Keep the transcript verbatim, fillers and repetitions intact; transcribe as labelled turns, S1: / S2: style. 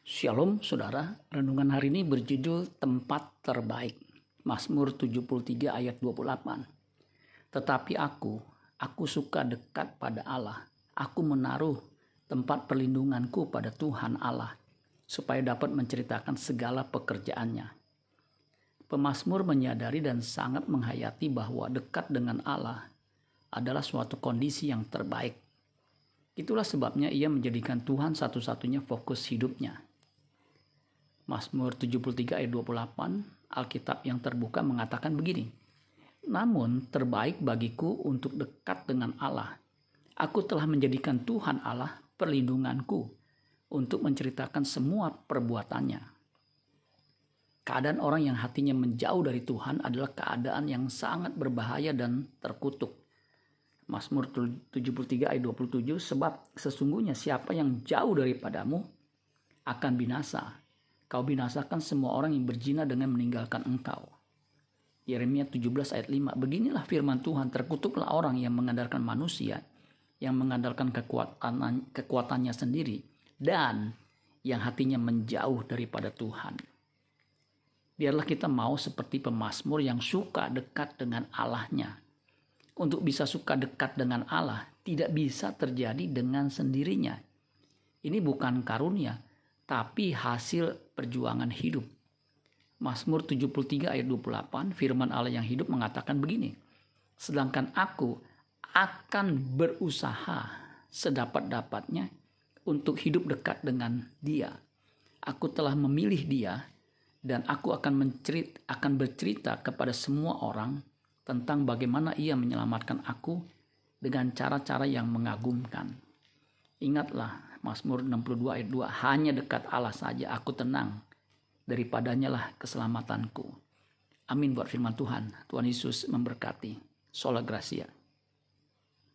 S1: Shalom saudara, renungan hari ini berjudul Tempat Terbaik. Mazmur tujuh puluh tiga ayat dua puluh delapan. Tetapi aku, aku suka dekat pada Allah. Aku menaruh tempat perlindunganku pada Tuhan Allah, supaya dapat menceritakan segala pekerjaannya. Pemazmur menyadari dan sangat menghayati bahwa dekat dengan Allah adalah suatu kondisi yang terbaik. Itulah sebabnya ia menjadikan Tuhan satu-satunya fokus hidupnya. Mazmur tujuh puluh tiga ayat dua puluh delapan, Alkitab yang terbuka mengatakan begini. Namun terbaik bagiku untuk dekat dengan Allah. Aku telah menjadikan Tuhan Allah perlindunganku untuk menceritakan semua perbuatannya. Keadaan orang yang hatinya menjauh dari Tuhan adalah keadaan yang sangat berbahaya dan terkutuk. Mazmur tujuh puluh tiga ayat dua puluh tujuh, sebab sesungguhnya siapa yang jauh daripadamu akan binasa. Kau binasakan semua orang yang berzina dengan meninggalkan engkau. Yeremia tujuh belas ayat lima. Beginilah firman Tuhan, terkutuklah orang yang mengandalkan manusia, yang mengandalkan kekuatan, kekuatannya sendiri, dan yang hatinya menjauh daripada Tuhan. Biarlah kita mau seperti pemazmur yang suka dekat dengan Allahnya. Untuk bisa suka dekat dengan Allah, tidak bisa terjadi dengan sendirinya. Ini bukan karunia, tapi hasil perjuangan hidup. Mazmur tujuh puluh tiga ayat dua puluh delapan, firman Allah yang hidup mengatakan begini. Sedangkan aku akan berusaha sedapat-dapatnya untuk hidup dekat dengan Dia. Aku telah memilih Dia dan aku akan mencerit, akan bercerita kepada semua orang tentang bagaimana Ia menyelamatkan aku dengan cara-cara yang mengagumkan. Ingatlah Mazmur enam puluh dua ayat dua, hanya dekat Allah saja aku tenang, daripadanya lah keselamatanku. Amin buat firman Tuhan. Tuhan Yesus memberkati. Sola Gracia.